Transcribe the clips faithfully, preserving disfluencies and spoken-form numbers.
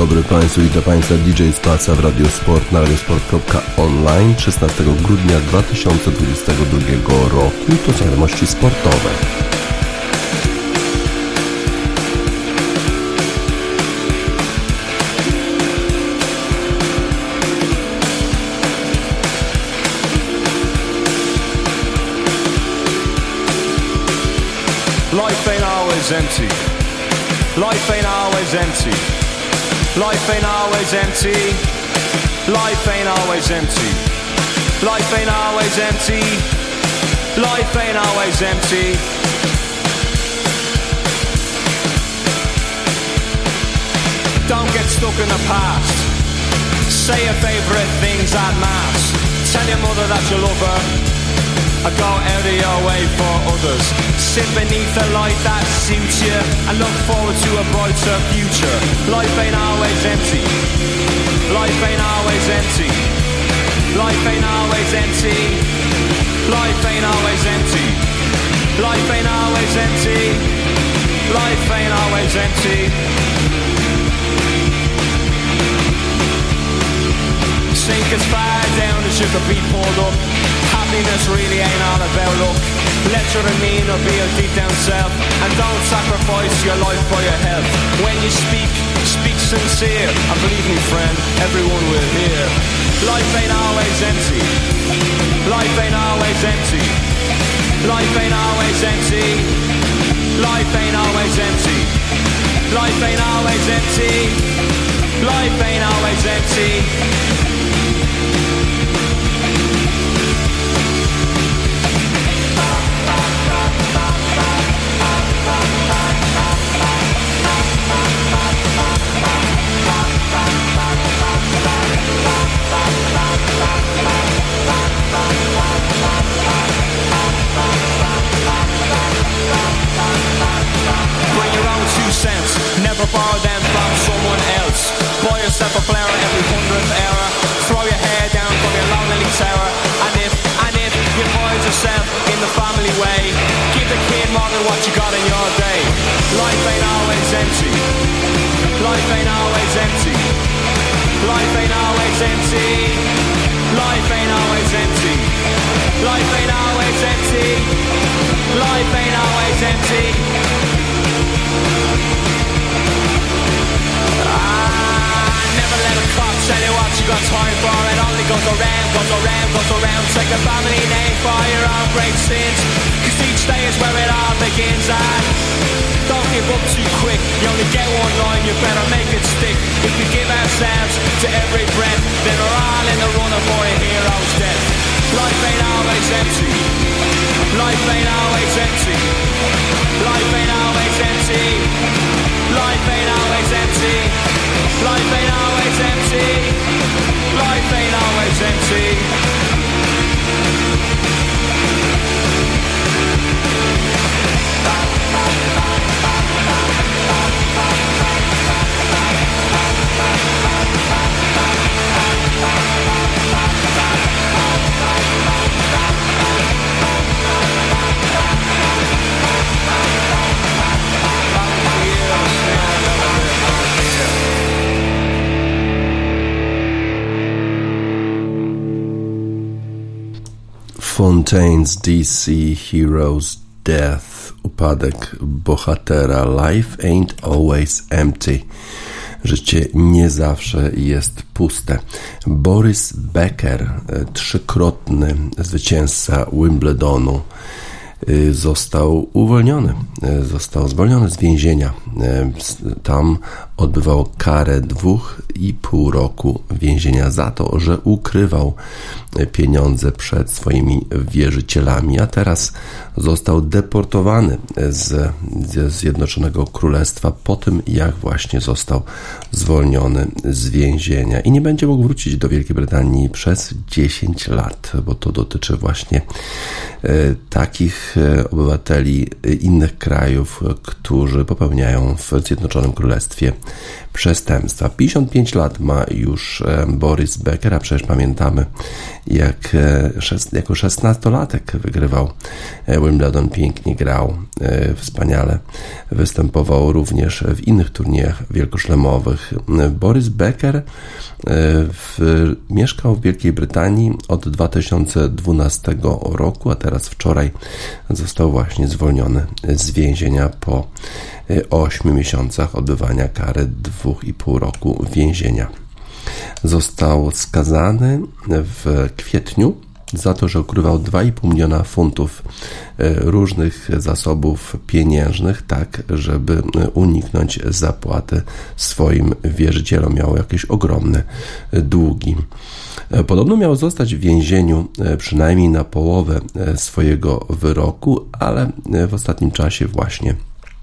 dobry Państwu, witam Państwa D J Spaca w Radio Sport na radiosport kropka online szesnastego grudnia dwa tysiące dwudziestego drugiego roku. To są wiadomości sportowe. Life ain't always empty. Life ain't always empty. Life ain't always empty. Life ain't always empty. Life ain't always empty. Life ain't always empty. Don't get stuck in the past. Say your favourite things en masse. Tell your mother that you love her. I go out of your way for others. Sit beneath the light that suits you and look forward to a brighter future. Life ain't always empty. Life ain't always empty. Life ain't always empty. Life ain't always empty. Life ain't always empty. Life ain't always empty. Sink as far down as you could be pulled up. Happiness really ain't all about luck. Let your demeanor be your deep down self, and don't sacrifice your life for your health. When you speak, speak sincere, and believe me friend, everyone will hear. Life ain't always empty. Life ain't always empty. Life ain't always empty. Life ain't always empty. Life ain't always empty. Life ain't always empty. Cents. Never borrow them from someone else. Buy yourself a flower every hundredth hour. Throw your hair down from your lonely tower. And if, and if you find yourself in the family way, give the kid more than what you got in your day. Life ain't always empty. Life ain't always empty. Life ain't always empty. Life ain't always empty. Life ain't always empty. Life ain't always empty. Ah, never let a cop tell you what you got time for. It only goes around, goes around, goes around. Take a family name for your own great sins, cause each day is where it all begins. And don't give up too quick. You only get one line, you better make it stick. If we give ourselves to every breath, then we're all in the running for a hero's death. Life ain't always empty. Life ain't always empty. Life ain't always empty. Life ain't always empty. Life ain't always empty. Life ain't always empty. Fontaines D C Heroes Death, upadek bohatera. Life ain't always empty. Życie nie zawsze jest puste. Boris Becker, trzykrotny zwycięzca Wimbledonu, został uwolniony, został zwolniony z więzienia. Tam odbywał karę dwóch i pół roku więzienia za to, że ukrywał pieniądze przed swoimi wierzycielami, a teraz został deportowany z, ze Zjednoczonego Królestwa po tym, jak właśnie został zwolniony z więzienia i nie będzie mógł wrócić do Wielkiej Brytanii przez dziesięć lat, bo to dotyczy właśnie takich obywateli innych krajów, którzy popełniają w Zjednoczonym Królestwie przestępstwa. pięćdziesiąt pięć lat ma już Boris Becker, a przecież pamiętamy, jak jako szesnastolatek wygrywał Wimbledon, pięknie grał, wspaniale występował również w innych turniejach wielkoszlemowych. Boris Becker w, mieszkał w Wielkiej Brytanii od dwa tysiące dwunastego roku, a teraz wczoraj został właśnie zwolniony z więzienia po ośmiu miesiącach odbywania kary dwóch i pół roku więzienia. Został skazany w kwietniu za to, że ukrywał dwa i pół miliona funtów różnych zasobów pieniężnych, tak żeby uniknąć zapłaty swoim wierzycielom. Miał jakieś ogromne długi. Podobno miał zostać w więzieniu przynajmniej na połowę swojego wyroku, ale w ostatnim czasie właśnie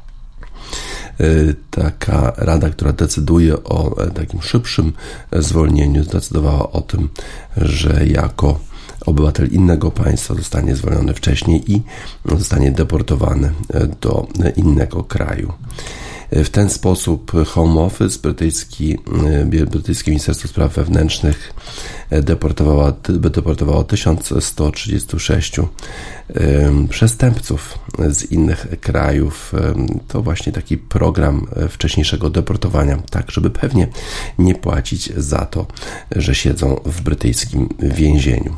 taka rada, która decyduje o takim szybszym zwolnieniu, zdecydowała o tym, że jako obywatel innego państwa zostanie zwolniony wcześniej i zostanie deportowany do innego kraju. W ten sposób Home Office, brytyjski, brytyjskie Ministerstwo Spraw Wewnętrznych deportowało, deportowało tysiąc sto trzydzieści sześć przestępców z innych krajów. To właśnie taki program wcześniejszego deportowania, tak żeby pewnie nie płacić za to, że siedzą w brytyjskim więzieniu.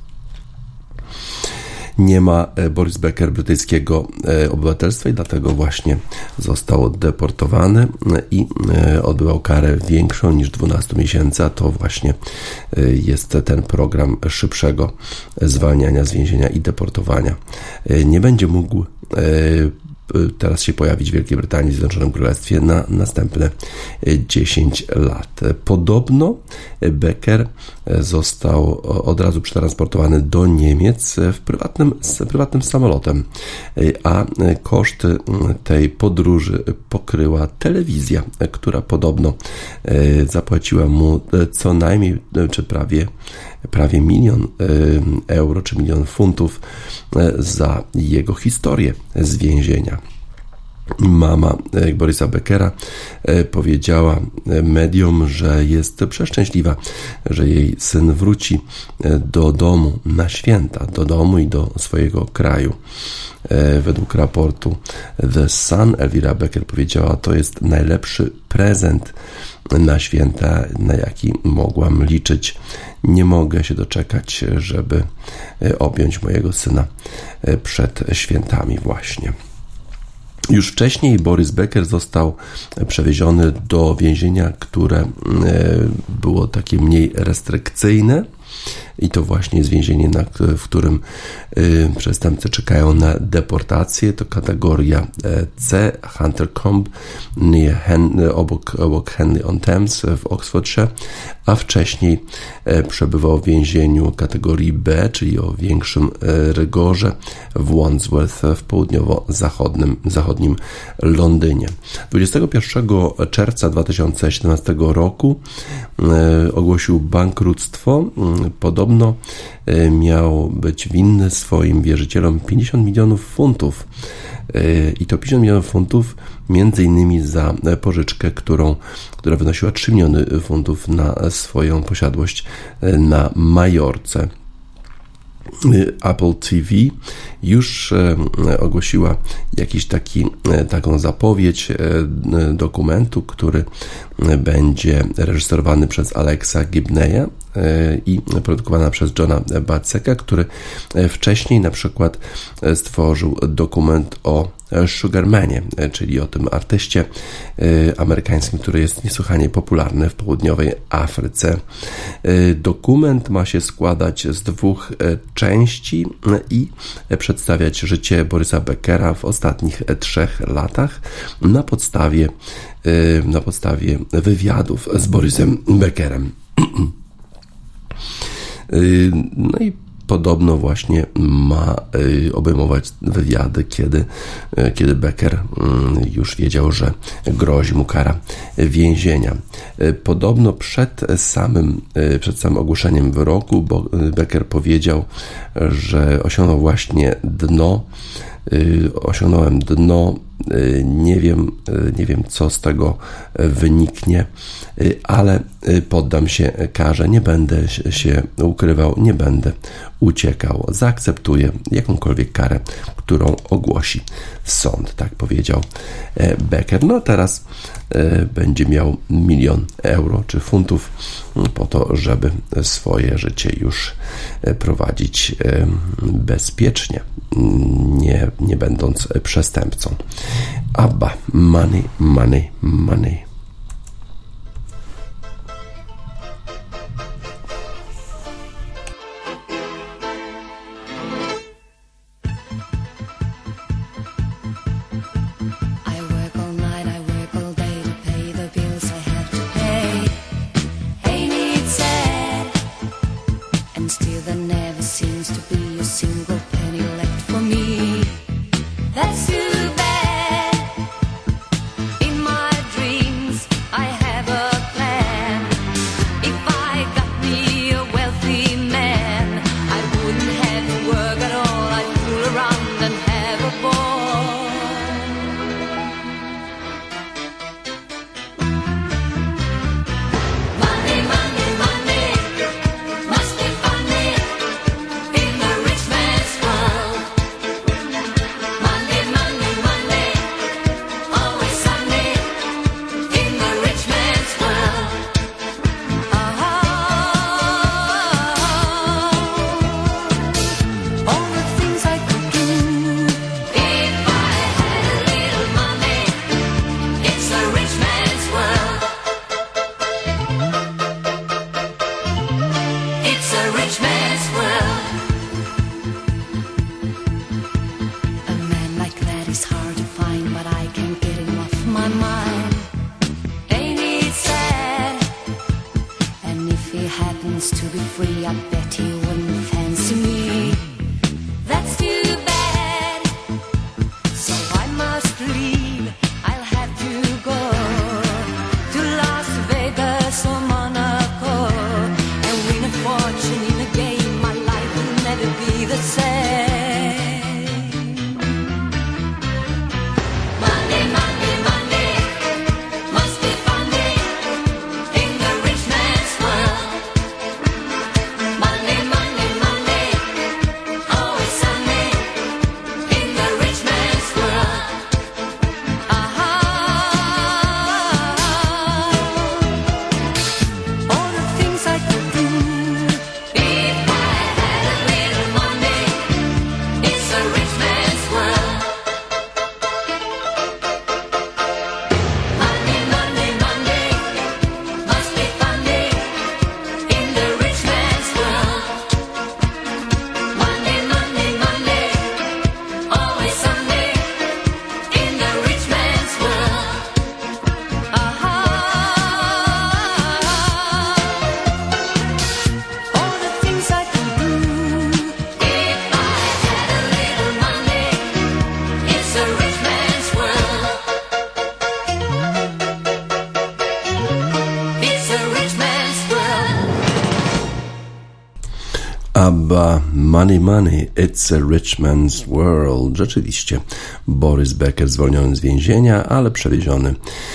Nie ma Boris Becker brytyjskiego obywatelstwa i dlatego właśnie został deportowany i odbywał karę większą niż dwanaście miesięcy, a to właśnie jest ten program szybszego zwalniania z więzienia i deportowania. Nie będzie mógł teraz się pojawić w Wielkiej Brytanii, w Zjednoczonym Królestwie na następne dziesięć lat. Podobno Becker został od razu przetransportowany do Niemiec w prywatnym, z prywatnym samolotem, a koszty tej podróży pokryła telewizja, która podobno zapłaciła mu co najmniej, czy prawie prawie milion euro, czy milion funtów za jego historię z więzienia. Mama Borisa Beckera powiedziała mediom, że jest przeszczęśliwa, że jej syn wróci do domu na święta, do domu i do swojego kraju. Według raportu The Sun Elvira Becker powiedziała, to jest najlepszy prezent na święta, na jaki mogłam liczyć. Nie mogę się doczekać, żeby objąć mojego syna przed świętami właśnie. Już wcześniej Boris Becker został przewieziony do więzienia, które było takie mniej restrykcyjne. I to właśnie jest więzienie, na, w którym y, przestępcy czekają na deportację. To kategoria C, Hunter Combe, Hen, obok, obok Henley-on-Thames w Oxfordshire, a wcześniej y, przebywał w więzieniu kategorii B, czyli o większym y, rygorze w Wandsworth w południowo-zachodnim zachodnim Londynie. dwudziestego pierwszego czerwca dwa tysiące siedemnastego roku y, ogłosił bankructwo. Y, podobno miał być winny swoim wierzycielom pięćdziesiąt milionów funtów i to pięćdziesiąt milionów funtów między innymi za pożyczkę, którą, która wynosiła trzy miliony funtów na swoją posiadłość na Majorce. Apple T V już ogłosiła jakiś taki, taką zapowiedź dokumentu, który będzie reżyserowany przez Alexa Gibneya i produkowana przez Johna Batseka, który wcześniej na przykład stworzył dokument o Sugarmanie, czyli o tym artyście amerykańskim, który jest niesłychanie popularny w południowej Afryce. Dokument ma się składać z dwóch części i przedstawiać życie Borisa Beckera w ostatnich trzech latach na podstawie, na podstawie wywiadów z Borisem Beckerem. No i podobno właśnie ma obejmować wywiady, kiedy, kiedy Becker już wiedział, że grozi mu kara więzienia. Podobno przed samym, przed samym ogłoszeniem wyroku Becker powiedział, że osiągnął właśnie dno osiągnąłem dno, nie wiem, nie wiem co z tego wyniknie, ale poddam się karze, nie będę się ukrywał, nie będę uciekał, zaakceptuję jakąkolwiek karę, którą ogłosi sąd, tak powiedział Becker. No teraz będzie miał milion euro czy funtów po to, żeby swoje życie już prowadzić bezpiecznie, nie, nie będąc przestępcą. Abba, money, money, money. That's too bad. In my dreams ABBA, Money Money, It's a Rich Man's World. Rzeczywiście, Boris Becker zwolniony z więzienia, ale przewieziony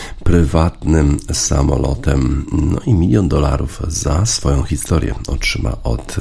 prywatnym samolotem. No i milion dolarów za swoją historię otrzyma od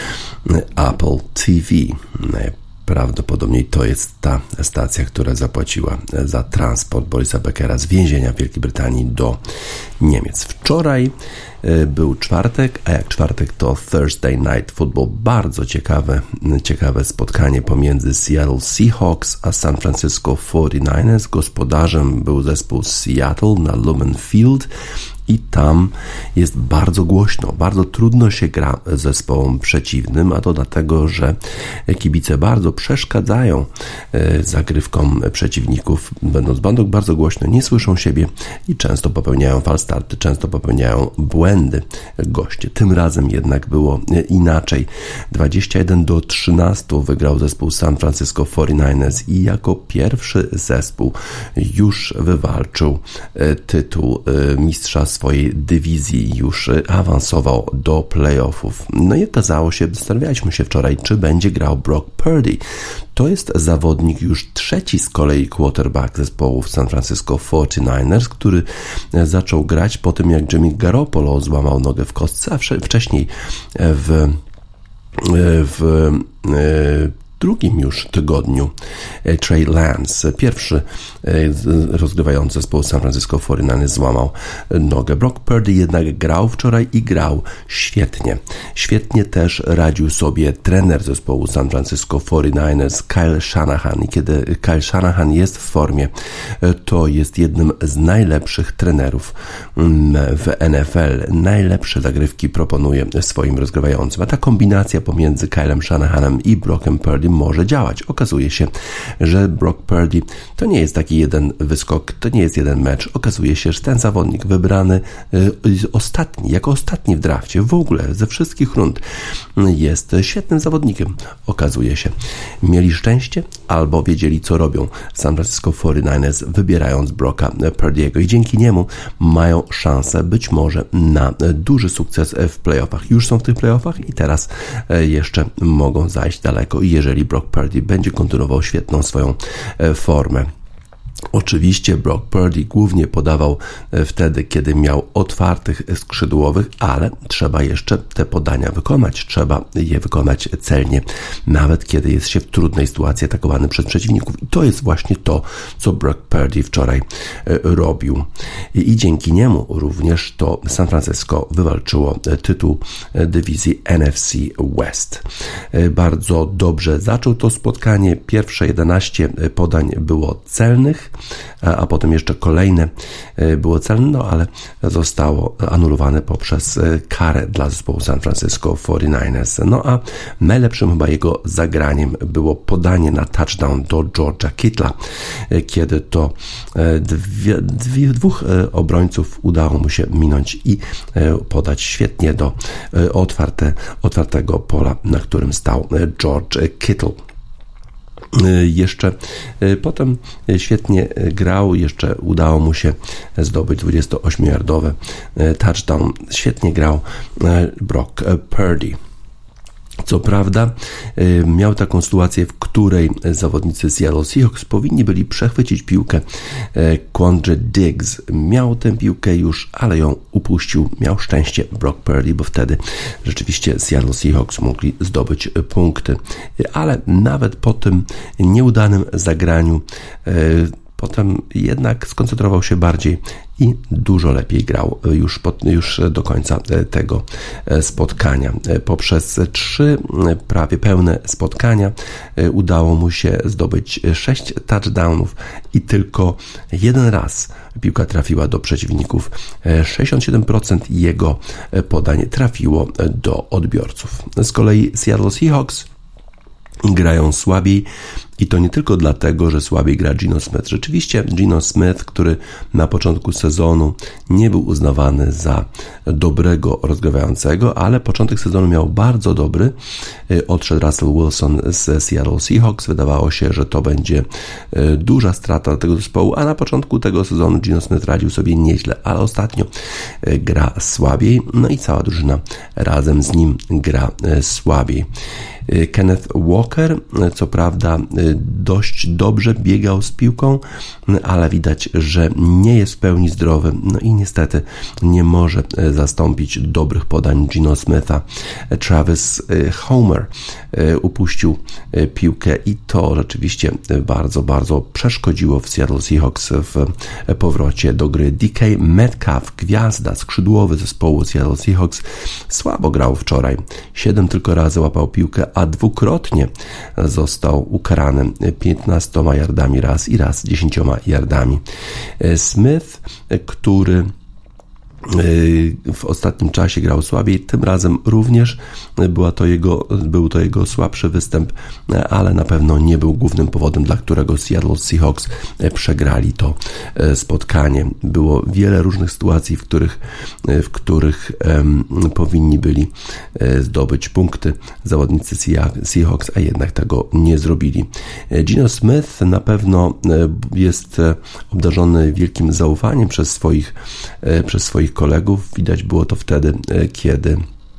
Apple T V. Prawdopodobnie to jest ta stacja, która zapłaciła za transport Borisa Beckera z więzienia w Wielkiej Brytanii do Niemiec. Wczoraj był czwartek, a jak czwartek to Thursday Night Football. Bardzo ciekawe, ciekawe spotkanie pomiędzy Seattle Seahawks a San Francisco forty-niners. Gospodarzem był zespół Seattle na Lumen Field. I tam jest bardzo głośno, bardzo trudno się gra zespołom przeciwnym, a to dlatego, że kibice bardzo przeszkadzają zagrywkom przeciwników, będąc bandą bardzo głośno, nie słyszą siebie i często popełniają falstarty, często popełniają błędy goście. Tym razem jednak było inaczej. dwadzieścia jeden do trzynastu wygrał zespół San Francisco forty-niners i jako pierwszy zespół już wywalczył tytuł mistrza swojej dywizji już awansował do playoffów. No i okazało się, zastanawialiśmy się wczoraj, czy będzie grał Brock Purdy. To jest zawodnik już trzeci z kolei quarterback zespołów San Francisco forty-niners, który zaczął grać po tym, jak Jimmy Garoppolo złamał nogę w kostce, a wcześniej w, w, w drugim już tygodniu Trey Lance, pierwszy rozgrywający zespołu San Francisco forty-niners, złamał nogę. Brock Purdy jednak grał wczoraj i grał świetnie. Świetnie też radził sobie trener zespołu San Francisco forty-niners Kyle Shanahan i kiedy Kyle Shanahan jest w formie, to jest jednym z najlepszych trenerów w N F L. Najlepsze zagrywki proponuje swoim rozgrywającym, a ta kombinacja pomiędzy Kylem Shanahanem i Brockiem Purdy może działać. Okazuje się, że Brock Purdy to nie jest taki jeden wyskok, to nie jest jeden mecz. Okazuje się, że ten zawodnik wybrany y, ostatni, jako ostatni w drafcie, w ogóle ze wszystkich rund, jest świetnym zawodnikiem. Okazuje się. Mieli szczęście albo wiedzieli, co robią San Francisco forty-niners, wybierając Brocka Purdy'ego i dzięki niemu mają szansę być może na duży sukces w playoffach. Już są w tych playoffach i teraz jeszcze mogą zajść daleko, jeżeli Brock Purdy będzie kontynuował świetną swoją formę. Oczywiście Brock Purdy głównie podawał wtedy, kiedy miał otwartych skrzydłowych, ale trzeba jeszcze te podania wykonać. Trzeba je wykonać celnie, nawet kiedy jest się w trudnej sytuacji atakowany przez przeciwników. I to jest właśnie to, co Brock Purdy wczoraj robił. I, i dzięki niemu również to San Francisco wywalczyło tytuł dywizji N F C West. Bardzo dobrze zaczął to spotkanie. Pierwsze jedenaście podań było celnych, a potem jeszcze kolejne było celne, no ale zostało anulowane poprzez karę dla zespołu San Francisco forty-niners. No a najlepszym chyba jego zagraniem było podanie na touchdown do George'a Kittla, kiedy to dwie, dwie, dwóch obrońców udało mu się minąć i podać świetnie do otwarte, otwartego pola, na którym stał George Kittle. Jeszcze potem świetnie grał, jeszcze udało mu się zdobyć dwudziestoośmiojardowy touchdown. Świetnie grał Brock Purdy. Co prawda miał taką sytuację, w której zawodnicy Seattle Seahawks powinni byli przechwycić piłkę. Quandre Diggs miał tę piłkę już, ale ją upuścił. Miał szczęście Brock Purdy, bo wtedy rzeczywiście Seattle Seahawks mogli zdobyć punkty. Ale nawet po tym nieudanym zagraniu potem jednak skoncentrował się bardziej i dużo lepiej grał już, pod, już do końca tego spotkania. Poprzez trzy prawie pełne spotkania udało mu się zdobyć sześć touchdownów i tylko jeden raz piłka trafiła do przeciwników. sześćdziesiąt siedem procent jego podań trafiło do odbiorców. Z kolei Seattle Seahawks grają słabiej i to nie tylko dlatego, że słabiej gra Geno Smith. Rzeczywiście Geno Smith, który na początku sezonu nie był uznawany za dobrego rozgrywającego, ale początek sezonu miał bardzo dobry. Odszedł Russell Wilson z Seattle Seahawks. Wydawało się, że to będzie duża strata dla tego zespołu, a na początku tego sezonu Geno Smith radził sobie nieźle, ale ostatnio gra słabiej, no i cała drużyna razem z nim gra słabiej. Kenneth Walker, co prawda dość dobrze biegał z piłką, ale widać, że nie jest w pełni zdrowy, no i niestety nie może zastąpić dobrych podań Geno Smitha. Travis Homer upuścił piłkę i to rzeczywiście bardzo, bardzo przeszkodziło w Seattle Seahawks w powrocie do gry. D K Metcalf, gwiazda, skrzydłowy zespołu Seattle Seahawks, słabo grał wczoraj. Siedem tylko razy łapał piłkę, a dwukrotnie został ukarany piętnastoma yardami raz i raz dziesięcioma yardami. Smith, który w ostatnim czasie grał słabiej, tym razem również była to jego, był to jego słabszy występ, ale na pewno nie był głównym powodem, dla którego Seattle Seahawks przegrali to spotkanie. Było wiele różnych sytuacji, w których, w których um, powinni byli zdobyć punkty zawodnicy Seahawks, a jednak tego nie zrobili. Geno Smith na pewno jest obdarzony wielkim zaufaniem przez swoich, przez swoich swoich kolegów. Widać było to wtedy, kiedy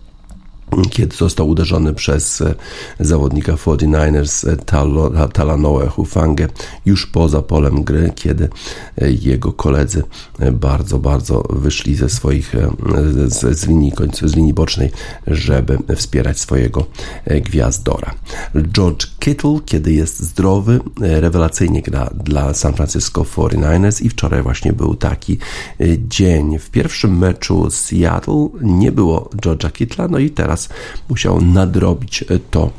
kiedy został uderzony przez zawodnika czterdzieści dziewięć Talanoa Hufangę już poza polem gry, kiedy jego koledzy bardzo, bardzo wyszli ze swoich z, z linii końcu, z linii bocznej, żeby wspierać swojego gwiazdora. George Kittle, kiedy jest zdrowy, rewelacyjnie gra dla San Francisco czterdzieści dziewięć i wczoraj właśnie był taki dzień. W pierwszym meczu z Seattle nie było George'a Kittla, no i teraz musiał nadrobić to,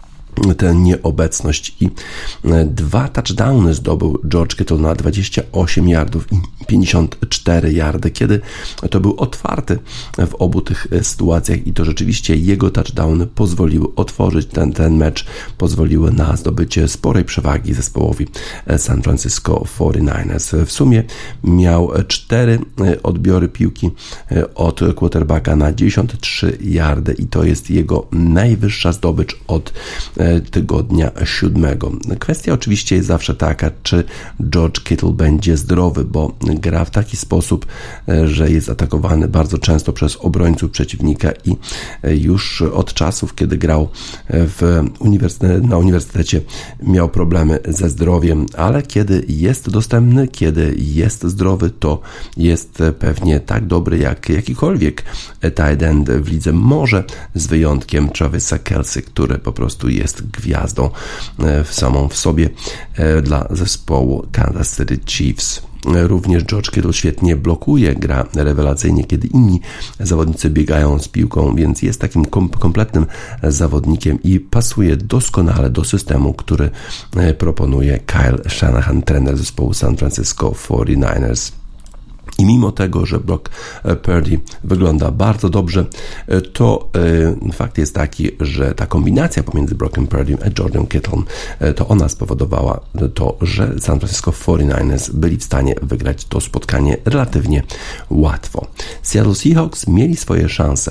tę nieobecność i dwa touchdowny zdobył George Kittle na dwadzieścia osiem yardów i pięćdziesiąt cztery yardy, kiedy to był otwarty w obu tych sytuacjach i to rzeczywiście jego touchdowny pozwoliły otworzyć ten, ten mecz, pozwoliły na zdobycie sporej przewagi zespołowi San Francisco czterdzieści dziewięć. W sumie miał cztery odbiory piłki od quarterbacka na dziewięćdziesiąt trzy yardy i to jest jego najwyższa zdobycz od tygodnia siódmego. Kwestia oczywiście jest zawsze taka, czy George Kittle będzie zdrowy, bo gra w taki sposób, że jest atakowany bardzo często przez obrońców przeciwnika i już od czasów, kiedy grał w uniwersytecie, na uniwersytecie, miał problemy ze zdrowiem, ale kiedy jest dostępny, kiedy jest zdrowy, to jest pewnie tak dobry jak jakikolwiek tight end w lidze, może z wyjątkiem Travisa Kelce, który po prostu jest gwiazdą w samą w sobie dla zespołu Kansas City Chiefs. Również George Kittle świetnie blokuje, gra rewelacyjnie, kiedy inni zawodnicy biegają z piłką, więc jest takim kom- kompletnym zawodnikiem i pasuje doskonale do systemu, który proponuje Kyle Shanahan, trener zespołu San Francisco czterdzieści dziewięć. I mimo tego, że Brock Purdy wygląda bardzo dobrze, to y, fakt jest taki, że ta kombinacja pomiędzy Brockiem Purdym a George'em Kittlem, to ona spowodowała to, że San Francisco czterdzieści dziewięć byli w stanie wygrać to spotkanie relatywnie łatwo. Seattle Seahawks mieli swoje szanse.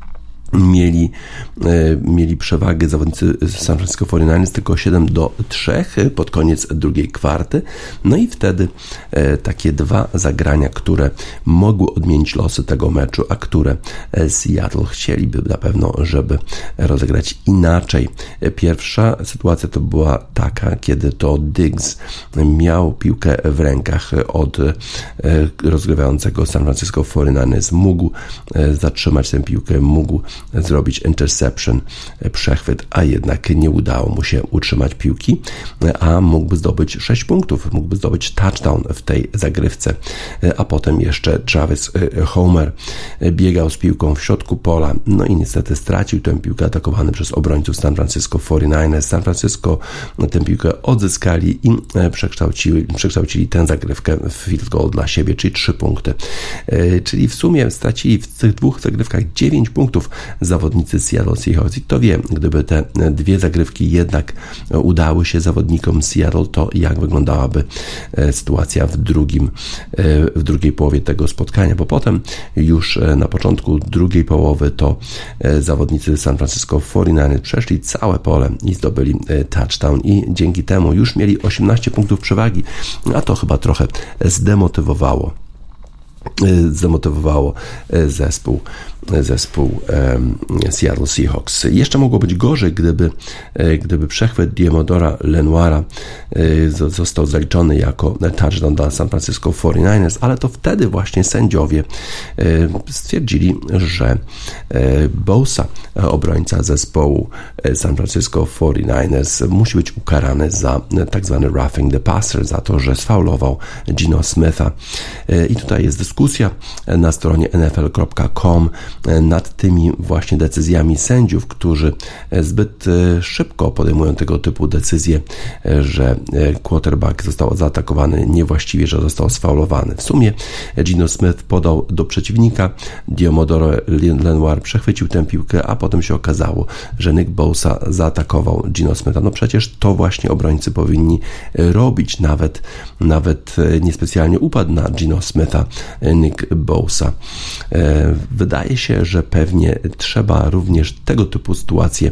Mieli, e, mieli przewagę zawodnicy San Francisco czterdzieści dziewięć tylko siedem do trzech pod koniec drugiej kwarty. No i wtedy e, takie dwa zagrania, które mogły odmienić losy tego meczu, a które Seattle chcieliby na pewno, żeby rozegrać inaczej. Pierwsza sytuacja to była taka, kiedy to Diggs miał piłkę w rękach od e, rozgrywającego San Francisco czterdzieści dziewięć. Mógł e, zatrzymać tę piłkę, mógł zrobić interception, przechwyt, a jednak nie udało mu się utrzymać piłki, a mógłby zdobyć sześć punktów, mógłby zdobyć touchdown w tej zagrywce, a potem jeszcze Travis Homer biegał z piłką w środku pola, no i niestety stracił tę piłkę atakowany przez obrońców San Francisco czterdzieści dziewięć. San Francisco tę piłkę odzyskali i przekształcili, przekształcili tę zagrywkę w field goal dla siebie, czyli trzy punkty. Czyli w sumie stracili w tych dwóch zagrywkach dziewięć punktów zawodnicy Seattle Seahawks. I kto wie, gdyby te dwie zagrywki jednak udały się zawodnikom Seattle, to jak wyglądałaby sytuacja w drugim, w drugiej połowie tego spotkania, bo potem już na początku drugiej połowy to zawodnicy San Francisco czterdzieści dziewięć przeszli całe pole i zdobyli touchdown i dzięki temu już mieli osiemnaście punktów przewagi, a to chyba trochę zdemotywowało zdemotywowało zespół zespół um, Seattle Seahawks. Jeszcze mogło być gorzej, gdyby, gdyby przechwyt Diemodora Lenoira e, został zaliczony jako touchdown dla San Francisco czterdzieści dziewięć, ale to wtedy właśnie sędziowie e, stwierdzili, że e, Bosa, obrońca zespołu San Francisco czterdzieści dziewięć, musi być ukarany za tak zwany roughing the passer, za to, że sfaulował Geno Smitha. E, I tutaj jest dyskusja na stronie N F L kropka com nad tymi właśnie decyzjami sędziów, którzy zbyt szybko podejmują tego typu decyzje, że quarterback został zaatakowany niewłaściwie, że został sfaulowany. W sumie Geno Smith podał do przeciwnika, Diomodore Lenoir przechwycił tę piłkę, a potem się okazało, że Nick Bosa zaatakował Geno Smitha. No przecież to właśnie obrońcy powinni robić, nawet, nawet niespecjalnie upadł na Geno Smitha Nick Bosa. Wydaje się, że pewnie trzeba również tego typu sytuacje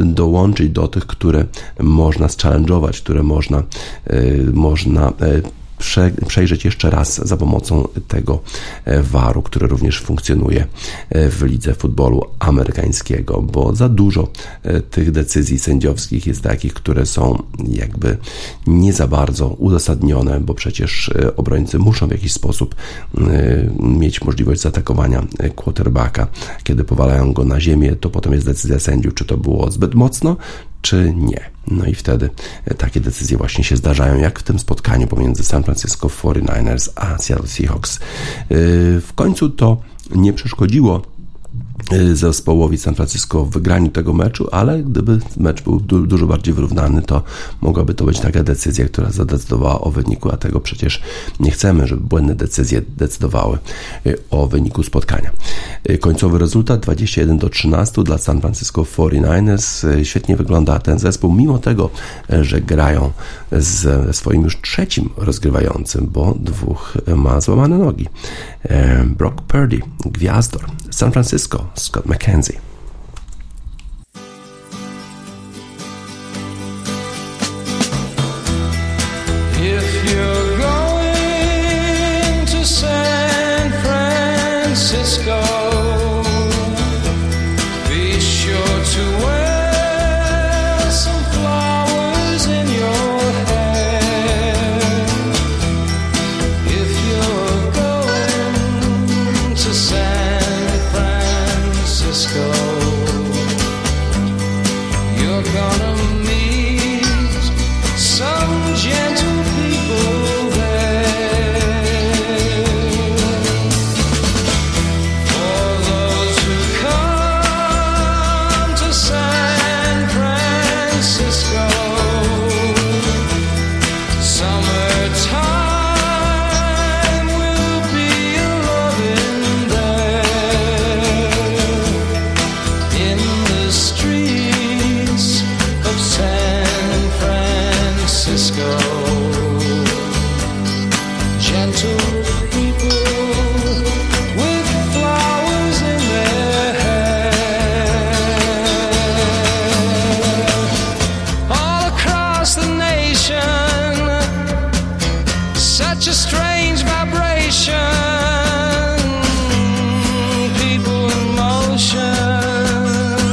dołączyć do tych, które można challenge'ować, które można, można prze, przejrzeć jeszcze raz za pomocą tego waru, który również funkcjonuje w lidze futbolu amerykańskiego, bo za dużo tych decyzji sędziowskich jest takich, które są jakby nie za bardzo uzasadnione, bo przecież obrońcy muszą w jakiś sposób mieć możliwość zaatakowania quarterbacka. Kiedy powalają go na ziemię, to potem jest decyzja sędziów, czy to było zbyt mocno, czy nie. No i wtedy takie decyzje właśnie się zdarzają, jak w tym spotkaniu pomiędzy San Francisco forty-niners a Seattle Seahawks. W końcu to nie przeszkodziło zespołowi San Francisco w wygraniu tego meczu, ale gdyby mecz był du- dużo bardziej wyrównany, to mogłaby to być taka decyzja, która zadecydowała o wyniku, a tego przecież nie chcemy, żeby błędne decyzje decydowały o wyniku spotkania. Końcowy rezultat dwadzieścia jeden do trzynastu dla San Francisco forty-niners. Świetnie wygląda ten zespół, mimo tego, że grają ze swoim już trzecim rozgrywającym, bo dwóch ma złamane nogi. Brock Purdy, gwiazdor San Francisco, Scott McKenzie. If you're going to San Francisco, be sure to wear some flowers in your hair. If you're going to San Francisco, you're gonna meet some gentle people there. For those who come to San Francisco, summertime will be a-loving there. In the streets of San Francisco, gentle people with flowers in their hair. All across the nation, such a strange vibration, people in motion.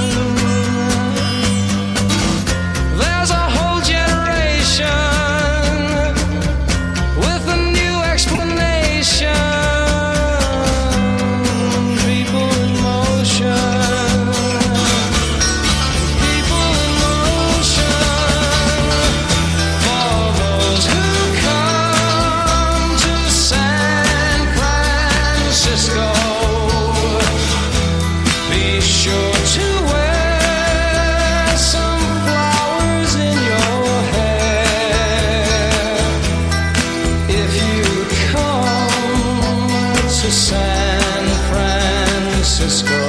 There's a whole generation with a new explanation. People in motion. People in motion. For those who come to San Francisco, be sure to wear some flowers in your hair. If you come to San Francisco,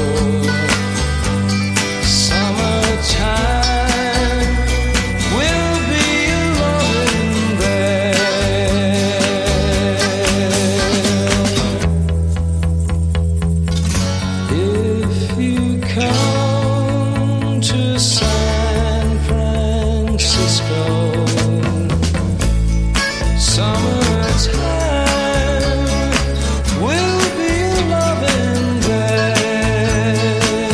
summertime will be a-loving there. If you come to San Francisco, summertime will be a-loving there.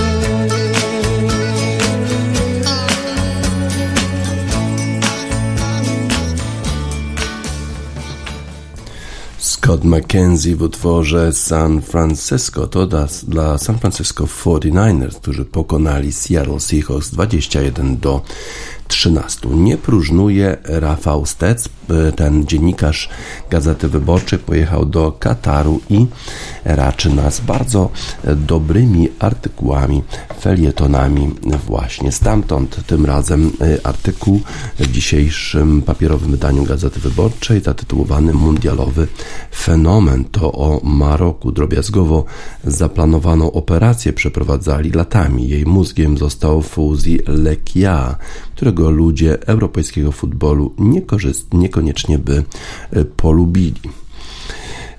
Scott McKenzie w utworze San Francisco. To dla, dla San Francisco forty-niners, którzy pokonali Seattle Seahawks dwadzieścia jeden do trzynastu. Nie próżnuje Rafał Stec, ten dziennikarz Gazety Wyborczej, pojechał do Kataru i raczy nas bardzo dobrymi artykułami, felietonami właśnie stamtąd. Tym razem artykuł w dzisiejszym papierowym wydaniu Gazety Wyborczej zatytułowany Mundialowy fenomen. To o Maroku. Drobiazgowo zaplanowaną operację przeprowadzali latami. Jej mózgiem został Fouzi Lekia, którego ludzie europejskiego futbolu niekoniecznie by polubili.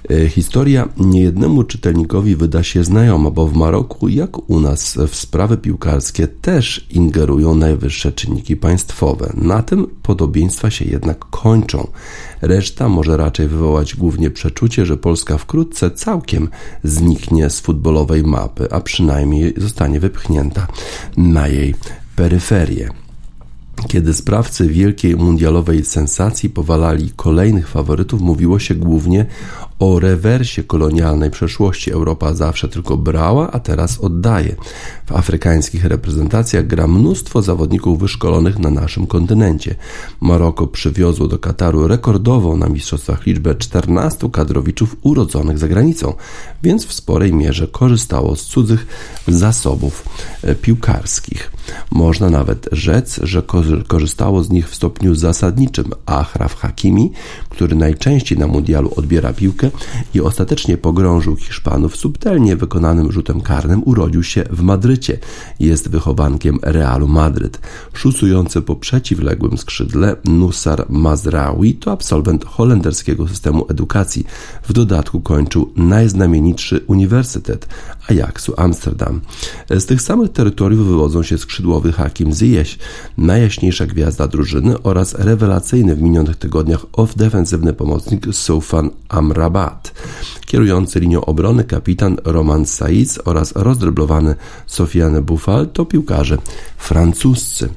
Historia niejednemu czytelnikowi wyda się znajoma, bo w Maroku, jak u nas, w sprawy piłkarskie też ingerują najwyższe czynniki państwowe. Na tym podobieństwa się jednak kończą. Reszta może raczej wywołać głównie przeczucie, że Polska wkrótce całkiem zniknie z futbolowej mapy, a przynajmniej zostanie wypchnięta na jej peryferię. Kiedy sprawcy wielkiej mundialowej sensacji powalali kolejnych faworytów, mówiło się głównie o rewersie kolonialnej przeszłości. Europa zawsze tylko brała, a teraz oddaje. W afrykańskich reprezentacjach gra mnóstwo zawodników wyszkolonych na naszym kontynencie. Maroko przywiozło do Kataru rekordową na mistrzostwach liczbę czternastu kadrowiczów urodzonych za granicą, więc w sporej mierze korzystało z cudzych zasobów piłkarskich. Można nawet rzec, że korzystało z nich w stopniu zasadniczym. Achraf Hakimi, który najczęściej na mundialu odbiera piłkę i ostatecznie pogrążył Hiszpanów subtelnie wykonanym rzutem karnym, urodził się w Madrycie. Jest wychowankiem Realu Madryt. Szusujący po przeciwległym skrzydle Nusar Mazraoui to absolwent holenderskiego systemu edukacji. W dodatku kończył najznamienitszy uniwersytet Ajaxu Amsterdam. Z tych samych terytoriów wywodzą się skrzydłowy Hakim Ziyech, najjaśniejsza gwiazda drużyny, oraz rewelacyjny w minionych tygodniach off-defensywny pomocnik Soufan Amrabat, kierujący linią obrony kapitan Roman Saiz oraz rozdryblowany Sofiane Boufal to piłkarze francuscy.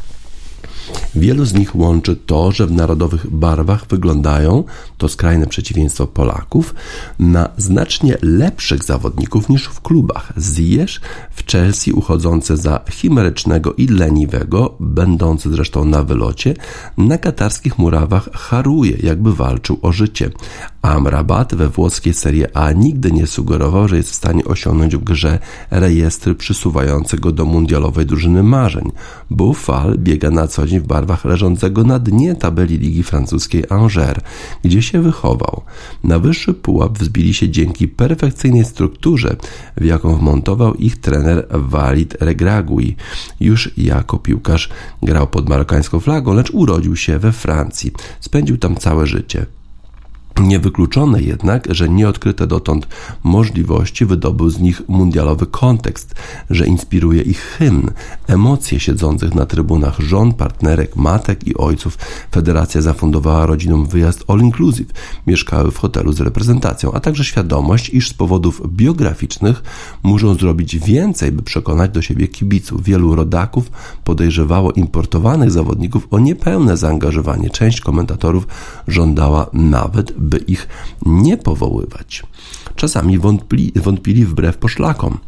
Wielu z nich łączy to, że w narodowych barwach wyglądają, to skrajne przeciwieństwo Polaków, na znacznie lepszych zawodników niż w klubach. Ziyech w Chelsea, uchodzący za chimerycznego i leniwego, będący zresztą na wylocie, na katarskich murawach haruje, jakby walczył o życie. Amrabat we włoskiej Serie A nigdy nie sugerował, że jest w stanie osiągnąć w grze rejestry przysuwające go do mundialowej drużyny marzeń. Boufal biega na co dzień w barwach leżącego na dnie tabeli ligi francuskiej Angers, gdzie się wychował. Na wyższy pułap wzbili się dzięki perfekcyjnej strukturze, w jaką wmontował ich trener Walid Regragui. Już jako piłkarz grał pod marokańską flagą, lecz urodził się we Francji. Spędził tam całe życie. Niewykluczone jednak, że nieodkryte dotąd możliwości wydobył z nich mundialowy kontekst, że inspiruje ich hymn, emocje siedzących na trybunach żon, partnerek, matek i ojców. Federacja zafundowała rodzinom wyjazd all inclusive, mieszkały w hotelu z reprezentacją, a także świadomość, iż z powodów biograficznych muszą zrobić więcej, by przekonać do siebie kibiców. Wielu rodaków podejrzewało importowanych zawodników o niepełne zaangażowanie. Część komentatorów żądała nawet, by ich nie powoływać. Czasami wątpili, wątpili wbrew poszlakom.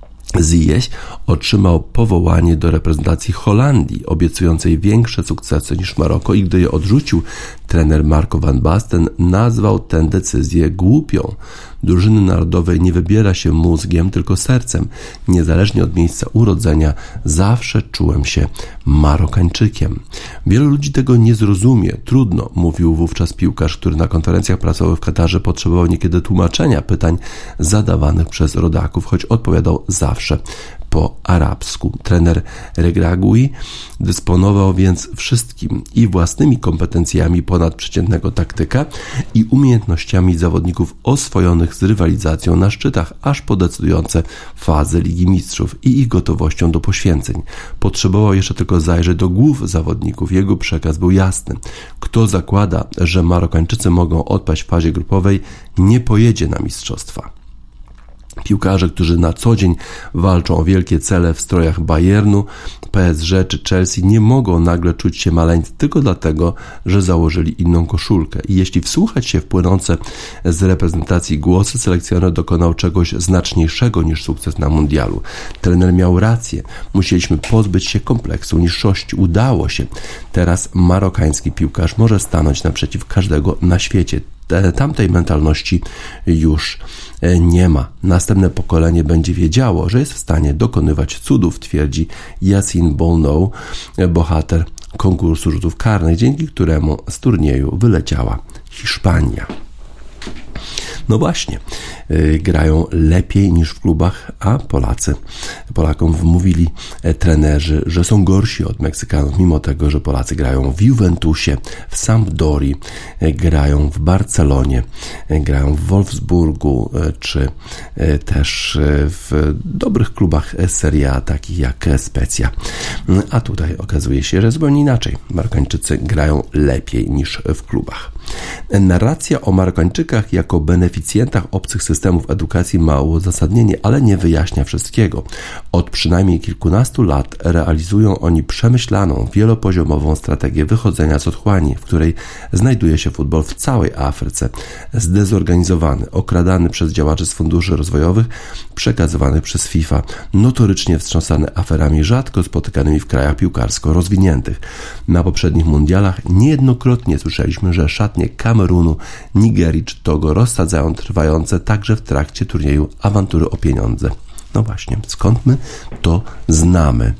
Ziyech otrzymał powołanie do reprezentacji Holandii, obiecującej większe sukcesy niż Maroko, i gdy je odrzucił, trener Marco van Basten nazwał tę decyzję głupią. Drużyny narodowej nie wybiera się mózgiem, tylko sercem. Niezależnie od miejsca urodzenia zawsze czułem się Marokańczykiem. Wielu ludzi tego nie zrozumie. Trudno, mówił wówczas piłkarz, który na konferencjach prasowych w Katarze potrzebował niekiedy tłumaczenia pytań zadawanych przez rodaków, choć odpowiadał zawsze po arabsku. Trener Regragui dysponował więc wszystkim: i własnymi kompetencjami ponadprzeciętnego taktyka, i umiejętnościami zawodników oswojonych z rywalizacją na szczytach, aż po decydujące fazy Ligi Mistrzów, i ich gotowością do poświęceń. Potrzebował jeszcze tylko zajrzeć do głów zawodników. Jego przekaz był jasny. Kto zakłada, że Marokańczycy mogą odpaść w fazie grupowej, nie pojedzie na mistrzostwa. Piłkarze, którzy na co dzień walczą o wielkie cele w strojach Bayernu, P S G czy Chelsea, nie mogą nagle czuć się maleńcy tylko dlatego, że założyli inną koszulkę. I jeśli wsłuchać się w płynące z reprezentacji głosy, selekcjoner dokonał czegoś znaczniejszego niż sukces na mundialu. Trener miał rację. Musieliśmy pozbyć się kompleksu niższości. Udało się. Teraz marokański piłkarz może stanąć naprzeciw każdego na świecie. Tamtej mentalności już nie ma. Następne pokolenie będzie wiedziało, że jest w stanie dokonywać cudów, twierdzi Yassine Bounou, bohater konkursu rzutów karnych, dzięki któremu z turnieju wyleciała Hiszpania. No właśnie, yy, grają lepiej niż w klubach, a Polacy, Polakom wmówili e, trenerzy, że są gorsi od Meksykanów, mimo tego, że Polacy grają w Juventusie, w Sampdorii, e, grają w Barcelonie, e, grają w Wolfsburgu, e, czy e, też e, w dobrych klubach Serie A, takich jak Spezia. A tutaj okazuje się, że zupełnie inaczej. Marokańczycy grają lepiej niż w klubach. Narracja o Marokańczykach jako beneficjentach obcych systemów edukacji ma uzasadnienie, ale nie wyjaśnia wszystkiego. Od przynajmniej kilkunastu lat realizują oni przemyślaną, wielopoziomową strategię wychodzenia z otchłani, w której znajduje się futbol w całej Afryce. Zdezorganizowany, okradany przez działaczy z funduszy rozwojowych, przekazywanych przez FIFA, notorycznie wstrząsany aferami rzadko spotykanymi w krajach piłkarsko rozwiniętych. Na poprzednich mundialach niejednokrotnie słyszeliśmy, że szatnie Kamerunu, Nigerii czy Togo rozsadzają trwające także w trakcie turnieju awantury o pieniądze. No właśnie, skąd my to znamy?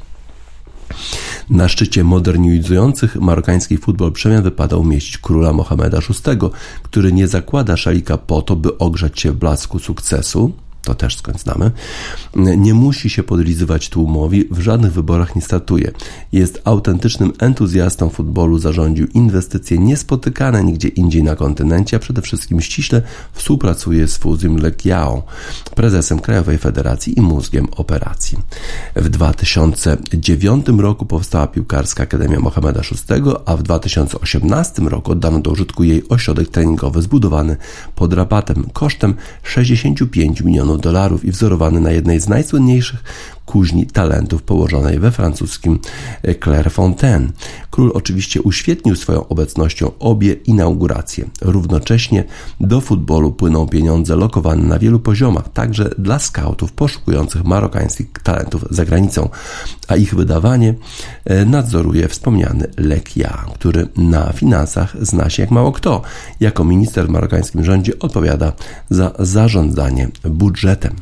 Na szczycie modernizujących marokański futbol przemian wypada umieścić króla Mohameda szóstego, który nie zakłada szalika po to, by ogrzać się w blasku sukcesu. To też skąd znamy. Nie musi się podlizywać tłumowi, w żadnych wyborach nie startuje. Jest autentycznym entuzjastą futbolu, zarządził inwestycje niespotykane nigdzie indziej na kontynencie, a przede wszystkim ściśle współpracuje z Fuzją Lekiaą, prezesem Krajowej Federacji i mózgiem operacji. W dwa tysiące dziewiątym roku powstała piłkarska Akademia Mohameda szóstego, a w dwa tysiące osiemnastym roku oddano do użytku jej ośrodek treningowy zbudowany pod Rabatem kosztem sześćdziesiąt pięć milionów dolarów i wzorowany na jednej z najsłynniejszych kuźni talentów położonej we francuskim Clairefontaine. Król oczywiście uświetnił swoją obecnością obie inauguracje. Równocześnie do futbolu płyną pieniądze lokowane na wielu poziomach, także dla skautów poszukujących marokańskich talentów za granicą, a ich wydawanie nadzoruje wspomniany Lekia, który na finansach zna się jak mało kto. Jako minister w marokańskim rządzie odpowiada za zarządzanie budżetem.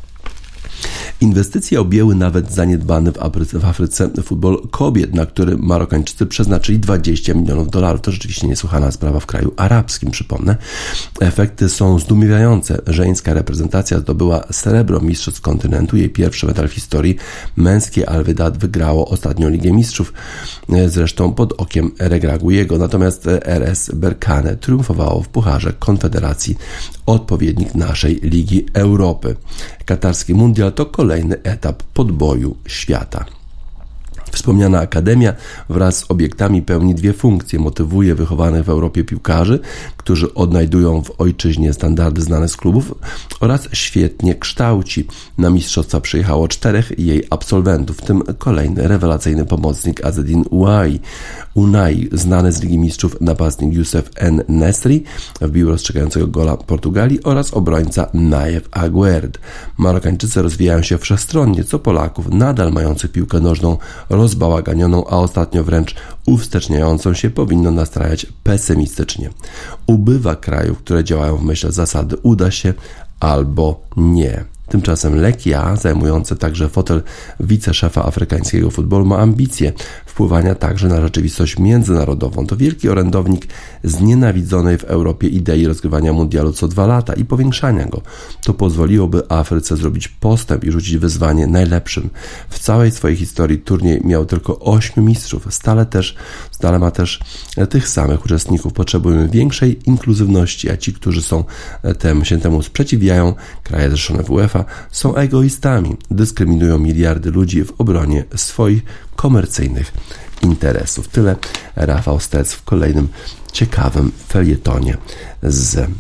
Inwestycje objęły nawet zaniedbany w Afryce, w Afryce futbol kobiet, na który Marokańczycy przeznaczyli dwadzieścia milionów dolarów. To rzeczywiście niesłychana sprawa w kraju arabskim, przypomnę. Efekty są zdumiewające. Żeńska reprezentacja zdobyła srebro mistrzostw kontynentu. Jej pierwszy medal w historii. Męskie Al Wydad wygrało ostatnią Ligę Mistrzów, zresztą pod okiem Regraguiego. Natomiast R S Berkane triumfowało w Pucharze Konfederacji, odpowiednik naszej Ligi Europy. Katarski Mundial to kolejny etap podboju świata. Wspomniana akademia wraz z obiektami pełni dwie funkcje. Motywuje wychowanych w Europie piłkarzy, którzy odnajdują w ojczyźnie standardy znane z klubów, oraz świetnie kształci. Na mistrzostwa przyjechało czterech jej absolwentów, w tym kolejny rewelacyjny pomocnik Azzedine Ouai. Unai, znany z Ligi Mistrzów napastnik Youssef En Nesri, wbił rozstrzygającego gola Portugalii, oraz obrońca Nayef Aguerd. Marokańczycy rozwijają się wszechstronnie, co Polaków nadal mających piłkę nożną rozbałaganioną, a ostatnio wręcz uwsteczniającą się powinno nastrajać pesymistycznie. Ubywa krajów, które działają w myśl zasady uda się albo nie. Tymczasem Lekia, zajmujący także fotel wiceszefa afrykańskiego futbolu, ma ambicje wpływania także na rzeczywistość międzynarodową. To wielki orędownik znienawidzonej w Europie idei rozgrywania mundialu co dwa lata i powiększania go. To pozwoliłoby Afryce zrobić postęp i rzucić wyzwanie najlepszym. W całej swojej historii turniej miał tylko ośmiu mistrzów. Stale też, stale ma też tych samych uczestników. Potrzebujemy większej inkluzywności, a ci, którzy są tem, się temu sprzeciwiają, kraje zrzeszone w UEFA, są egoistami, dyskryminują miliardy ludzi w obronie swoich komercyjnych interesów. Tyle Rafał Stec w kolejnym ciekawym felietonie z e,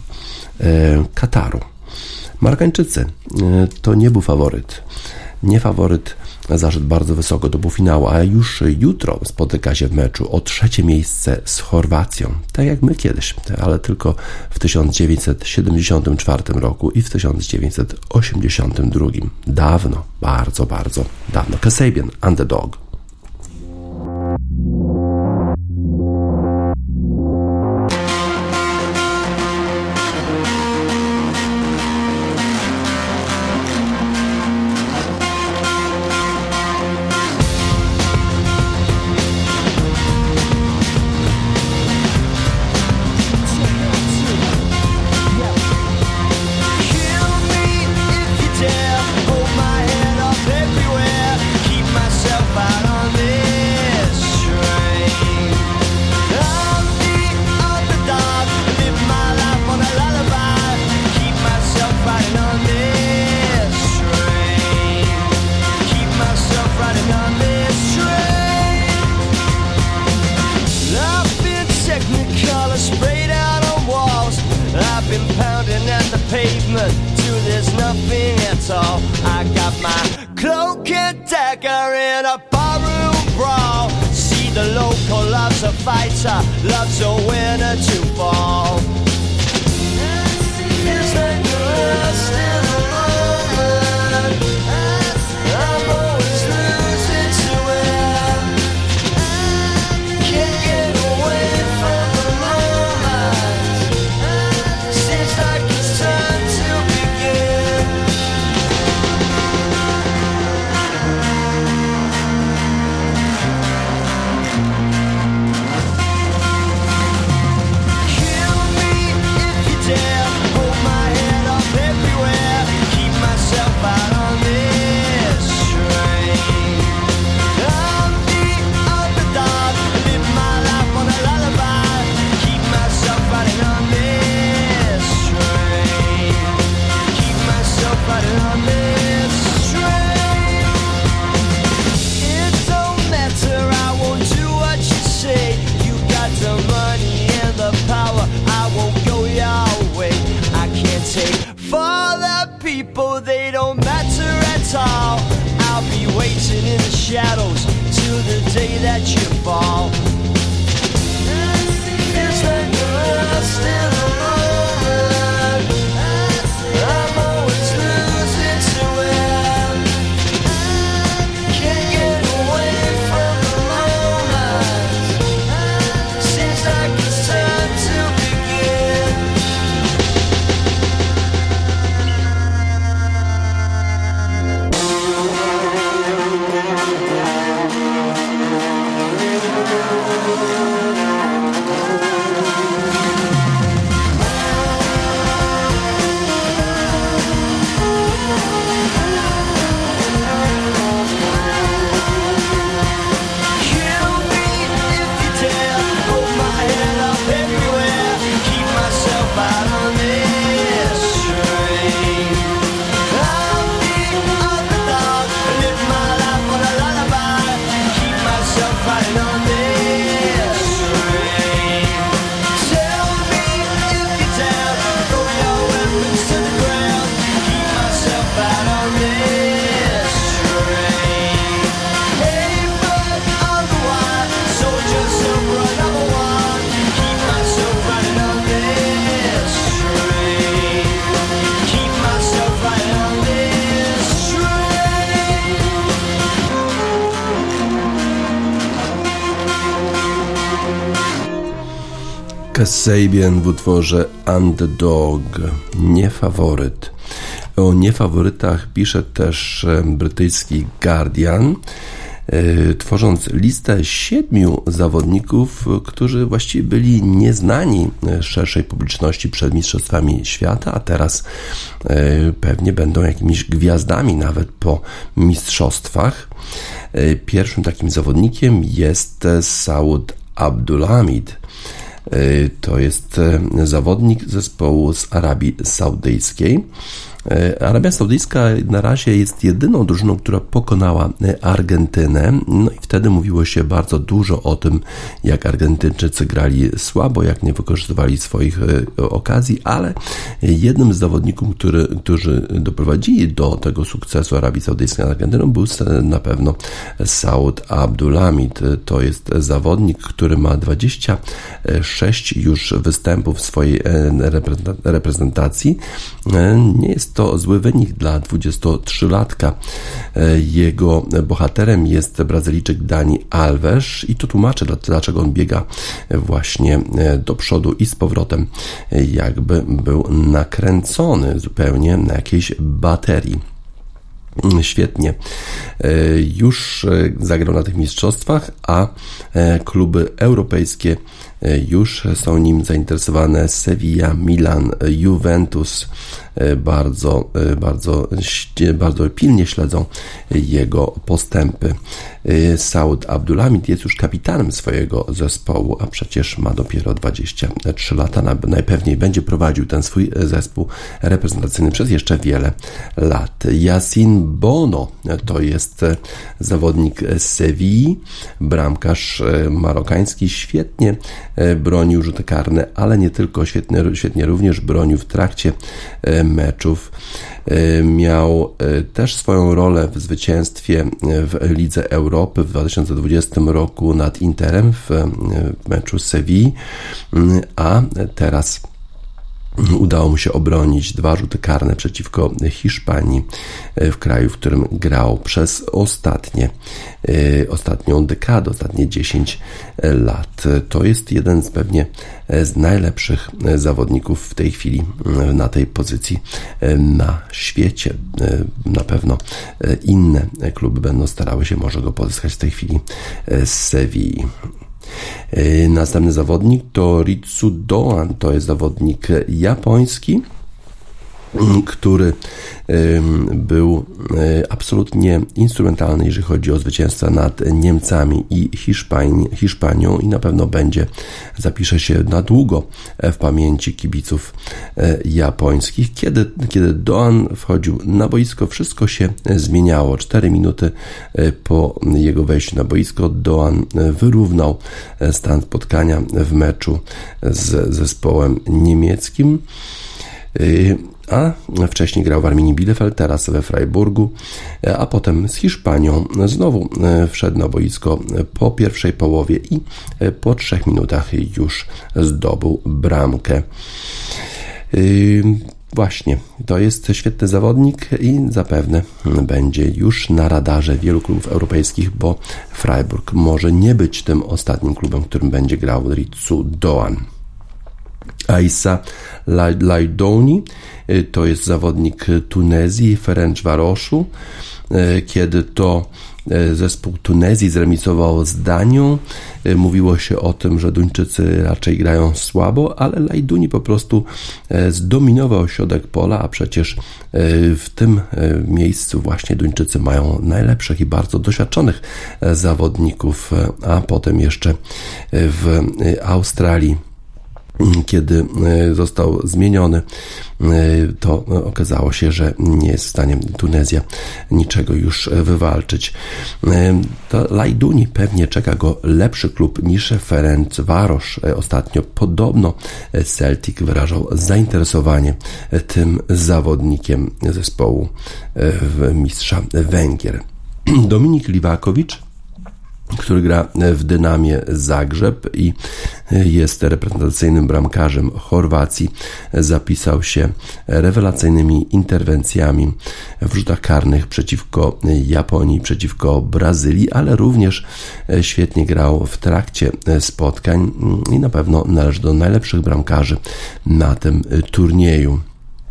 Kataru. Marokańczycy e, to nie był faworyt. Nie faworyt zaszedł bardzo wysoko do półfinału, a już jutro spotyka się w meczu o trzecie miejsce z Chorwacją. Tak jak my kiedyś, ale tylko w tysiąc dziewięćset siedemdziesiątym czwartym roku i w tysiąc dziewięćset osiemdziesiątym drugim. Dawno, bardzo, bardzo dawno. Kasabian, Underdog. dagger in a barroom brawl. See the local loves a fighter, loves a winner to fall. Feels like you're lost in the moment. I'm always losing to it. Can't get away from the moment. Seems like it's time to begin. Kill me if you dare. Hold my head up everywhere. Keep myself out on this train. I'm the underdog. Live my life on a lullaby. Keep myself riding on this train. Keep myself riding on this train. It don't matter, I won't do what you say. You got the money and the power, I won't go your way. I can't take for the people, they don't matter at all. I'll be waiting in the shadows till the day that you fall. Feels like you're lost in the moment. I'm always losing to it. Can't get away from the moment. Seems like it's time to begin. Kill me if you dare. Hold my head up everywhere. Keep myself out on this train. I'm the underdog. Live my life on a lullaby. Keep myself riding on this train. Tell me if you dare. Throw your weapons to the ground. Keep myself out on this train. Hey, but otherwise, sold yourself for another one. Keep myself riding on this train. Keep myself riding on this train. Kasabian w utworze Underdog, niefaworyt. O niefaworytach pisze też e, brytyjski Guardian, e, tworząc listę siedmiu zawodników, którzy właściwie byli nieznani szerszej publiczności przed Mistrzostwami Świata, a teraz e, pewnie będą jakimiś gwiazdami nawet po mistrzostwach. E, pierwszym takim zawodnikiem jest Saud Abdulhamid. To jest zawodnik zespołu z Arabii Saudyjskiej. Arabia Saudyjska na razie jest jedyną drużyną, która pokonała Argentynę. No i wtedy mówiło się bardzo dużo o tym, jak Argentyńczycy grali słabo, jak nie wykorzystywali swoich okazji, ale jednym z zawodników, który, którzy doprowadzili do tego sukcesu Arabii Saudyjskiej nad Argentyną, był na pewno Saud Abdulhamid. To jest zawodnik, który ma dwadzieścia sześć już występów w swojej reprezentacji. Nie jest to zły wynik dla dwudziestotrzylatka. Jego bohaterem jest Brazylijczyk Dani Alves i to tłumaczy, dlaczego on biega właśnie do przodu i z powrotem, jakby był nakręcony zupełnie na jakiejś baterii. Świetnie. Już zagrał na tych mistrzostwach, a kluby europejskie już są nim zainteresowane. Sevilla, Milan, Juventus bardzo, bardzo, bardzo pilnie śledzą jego postępy. Saud Abdulhamid jest już kapitanem swojego zespołu, a przecież ma dopiero dwadzieścia trzy lata. Najpewniej będzie prowadził ten swój zespół reprezentacyjny przez jeszcze wiele lat. Yassine Bono to jest zawodnik z Sewilli, bramkarz marokański, świetnie bronił rzuty karne, ale nie tylko, świetnie, świetnie również bronił w trakcie meczów. Miał też swoją rolę w zwycięstwie w Lidze Europy w dwa tysiące dwudziestym roku nad Interem w meczu Sewilli, a teraz udało mu się obronić dwa rzuty karne przeciwko Hiszpanii, w kraju, w którym grał przez ostatnie, ostatnią dekadę, ostatnie dziesięć lat. To jest jeden z pewnie z najlepszych zawodników w tej chwili na tej pozycji na świecie. Na pewno inne kluby będą starały się może go pozyskać w tej chwili z Sewilli. Następny zawodnik to Ritsu Doan, to jest zawodnik japoński, który był absolutnie instrumentalny, jeżeli chodzi o zwycięstwa nad Niemcami i Hiszpanii, Hiszpanią i na pewno będzie, zapisze się na długo w pamięci kibiców japońskich. Kiedy, kiedy Doan wchodził na boisko, wszystko się zmieniało. Cztery minuty po jego wejściu na boisko Doan wyrównał stan spotkania w meczu z zespołem niemieckim, a wcześniej grał w Arminii Bielefeld, teraz we Freiburgu, a potem z Hiszpanią znowu wszedł na boisko po pierwszej połowie i po trzech minutach już zdobył bramkę. Właśnie, to jest świetny zawodnik i zapewne będzie już na radarze wielu klubów europejskich, bo Freiburg może nie być tym ostatnim klubem, którym będzie grał Ritsu Doan. Aissa Laidouni to jest zawodnik Tunezji, Ferencvaroszu. Kiedy to zespół Tunezji zremisował z Danią, mówiło się o tym, że Duńczycy raczej grają słabo, ale Laidouni po prostu zdominował środek pola, a przecież w tym miejscu właśnie Duńczycy mają najlepszych i bardzo doświadczonych zawodników, a potem jeszcze w Australii, kiedy został zmieniony, to okazało się, że nie jest w stanie Tunezja niczego już wywalczyć. To Laidouni pewnie czeka go lepszy klub niż Ferencvaros. Ostatnio podobno Celtic wyrażał zainteresowanie tym zawodnikiem zespołu mistrza Węgier. Dominik Livakovic, który gra w Dynamie Zagrzeb i jest reprezentacyjnym bramkarzem Chorwacji, zapisał się rewelacyjnymi interwencjami w rzutach karnych przeciwko Japonii, przeciwko Brazylii, ale również świetnie grał w trakcie spotkań i na pewno należy do najlepszych bramkarzy na tym turnieju.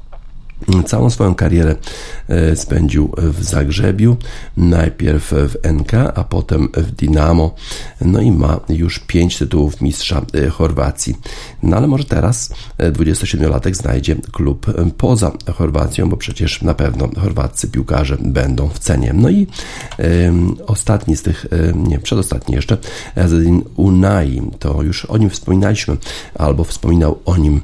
Całą swoją karierę spędził w Zagrzebiu, najpierw w N K, a potem w Dinamo, no i ma już pięć tytułów mistrza Chorwacji. No ale może teraz dwudziestosiedmiolatek znajdzie klub poza Chorwacją, bo przecież na pewno chorwaccy piłkarze będą w cenie. No i y, ostatni z tych, y, nie, przedostatni jeszcze, Azzedine Ounahi, to już o nim wspominaliśmy, albo wspominał o nim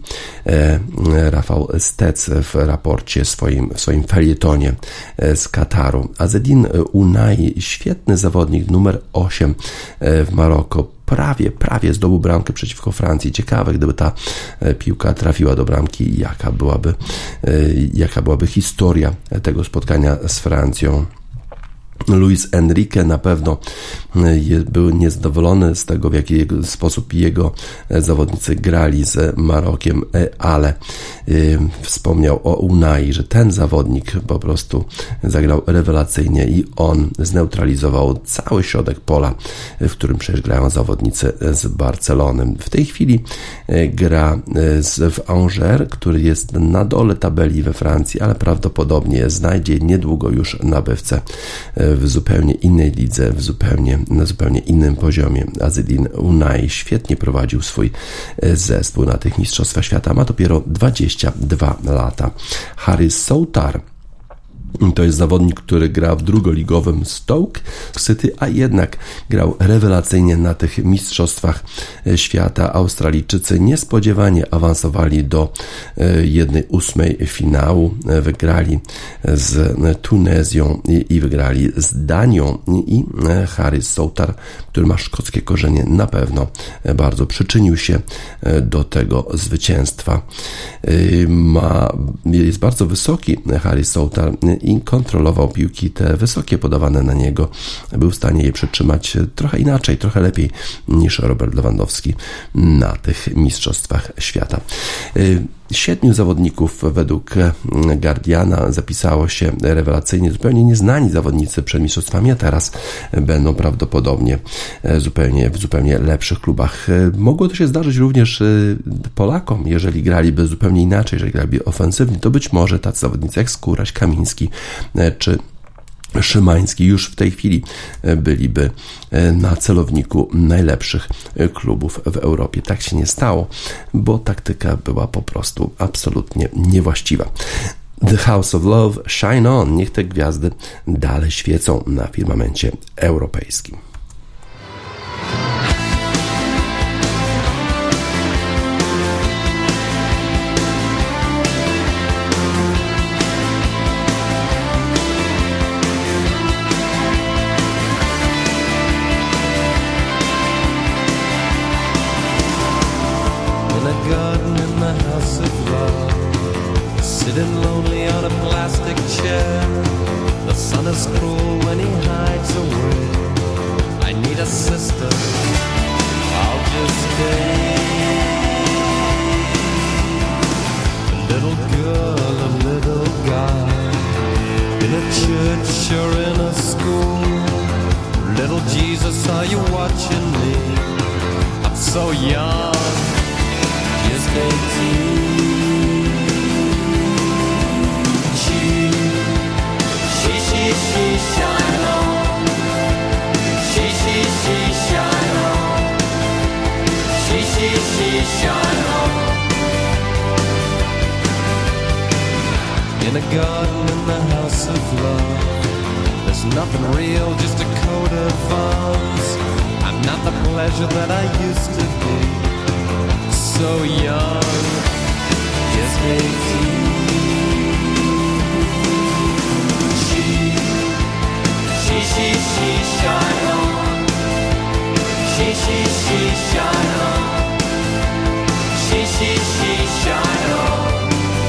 y, Rafał Stec w raporcie swoim, w swoim felietonie z Kataru. Azzedine Ounahi, świetny zawodnik, numer osiem w Maroko, prawie, prawie zdobył bramkę przeciwko Francji. Ciekawe, gdyby ta piłka trafiła do bramki, jaka byłaby, jaka byłaby historia tego spotkania z Francją. Luis Enrique na pewno był niezadowolony z tego, w jaki sposób jego zawodnicy grali z Marokiem, ale wspomniał o Ounahi, że ten zawodnik po prostu zagrał rewelacyjnie i on zneutralizował cały środek pola, w którym przecież grają zawodnicy z Barcelony. W tej chwili gra w Angers, który jest na dole tabeli we Francji, ale prawdopodobnie znajdzie niedługo już nabywcę w zupełnie innej lidze, w zupełnie, na zupełnie innym poziomie. Azzedine Ounahi świetnie prowadził swój zespół na tych mistrzostwach świata. Ma dopiero dwadzieścia dwa lata. Haris Soutar To jest zawodnik, który gra w drugoligowym Stoke City, a jednak grał rewelacyjnie na tych mistrzostwach świata. Australijczycy niespodziewanie awansowali do jednej ósmej finału. Wygrali z Tunezją i wygrali z Danią. I Harry Soutar, który ma szkockie korzenie, na pewno bardzo przyczynił się do tego zwycięstwa. Ma, jest bardzo wysoki Harry Soutar i kontrolował piłki te wysokie podawane na niego. Był w stanie je przytrzymać trochę inaczej, trochę lepiej niż Robert Lewandowski na tych mistrzostwach świata. Siedmiu zawodników według Guardiana zapisało się rewelacyjnie, zupełnie nieznani zawodnicy przed mistrzostwami, a teraz będą prawdopodobnie zupełnie w zupełnie lepszych klubach. Mogło to się zdarzyć również Polakom, jeżeli graliby zupełnie inaczej, jeżeli graliby ofensywnie, to być może tacy zawodnicy jak Skóraś, Kamiński czy Szymański już w tej chwili byliby na celowniku najlepszych klubów w Europie. Tak się nie stało, bo taktyka była po prostu absolutnie niewłaściwa. The House of Love, Shine On. Niech te gwiazdy dalej świecą na firmamencie europejskim. Sitting lonely on a plastic chair. The sun is cruel when he hides away. I need a sister, I'll just stay. A little girl, a little guy, in a church or in a school. Little Jesus, are you watching me? I'm so young, just eighteen. She shine on, she she she shine on, she she she shine on. In a garden in the house of love, there's nothing real, just a coat of arms. I'm not the pleasure that I used to be, so young, just eighteen. She, she, shine on. She, she, she, shine on. She, she, she, shine on.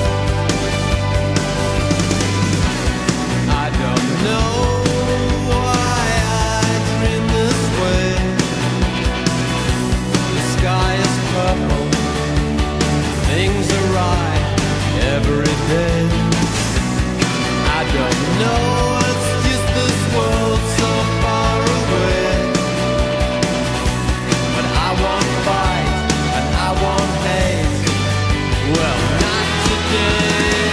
I don't know why I dream this way. The sky is purple, things are right every day. I don't know. World so far away, but I won't fight and I won't hate. Well, not today.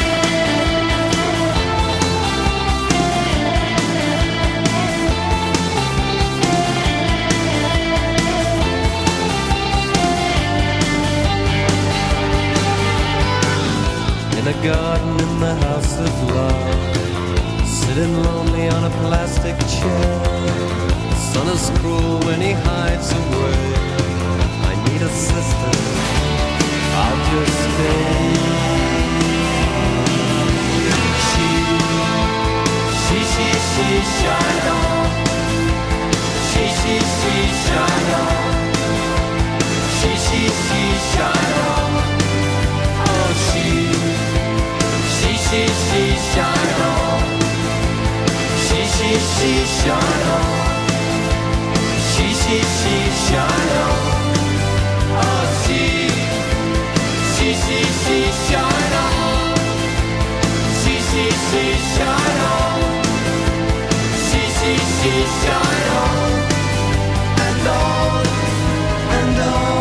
In a garden in the house of love, sitting lonely on a plastic chair. The sun is cruel when he hides away. I need a sister, I'll just stay. She, she, she, she, shine on. She, she, she, shine on. She, she, she, shine on. Oh, she, she, she, she, shine on. She, she, shine on. She, she, she, shine on. Oh, she, she, she, she, shine on. She, she, she, shine on. She, she, she, shine on. And on, and on.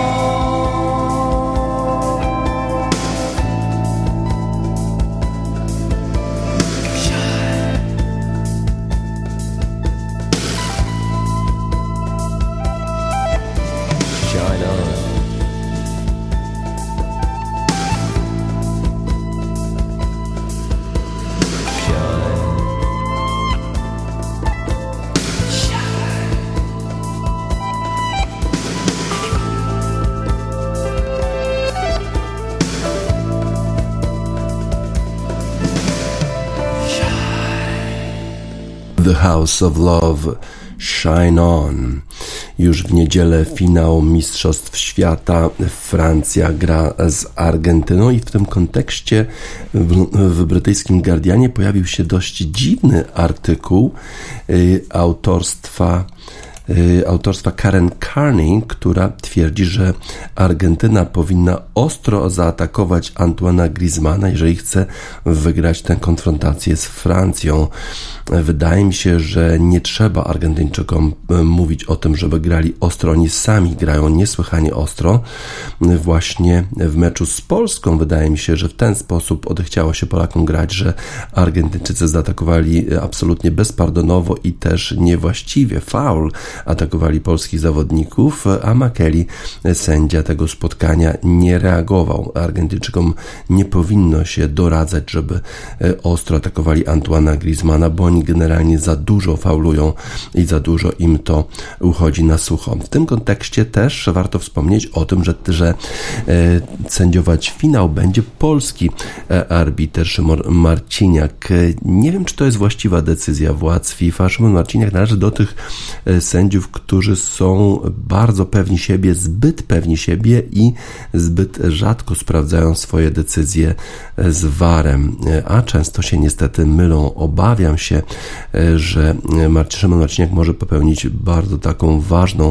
The House of Love, Shine On. Już w niedzielę finał Mistrzostw Świata. Francja gra z Argentyną i w tym kontekście w, w brytyjskim Guardianie pojawił się dość dziwny artykuł y, autorstwa autorstwa Karen Carney, która twierdzi, że Argentyna powinna ostro zaatakować Antoine'a Griezmana, jeżeli chce wygrać tę konfrontację z Francją. Wydaje mi się, że nie trzeba Argentyńczykom mówić o tym, żeby grali ostro. Oni sami grają niesłychanie ostro. Właśnie w meczu z Polską wydaje mi się, że w ten sposób odechciało się Polakom grać, że Argentyńczycy zaatakowali absolutnie bezpardonowo i też niewłaściwie. Faul atakowali polskich zawodników, a Makeli, sędzia tego spotkania, nie reagował. Argentyńczykom nie powinno się doradzać, żeby ostro atakowali Antoine'a Griezmana, bo oni generalnie za dużo faulują i za dużo im to uchodzi na sucho. W tym kontekście też warto wspomnieć o tym, że, że e, sędziować finał będzie polski e, arbiter Szymon Marciniak. Nie wiem, czy to jest właściwa decyzja władz FIFA. Szymon Marciniak należy do tych e, sędziów, którzy są bardzo pewni siebie, zbyt pewni siebie i zbyt rzadko sprawdzają swoje decyzje z warem, a często się niestety mylą. Obawiam się, że Szymon Marciniak może popełnić bardzo taką ważną,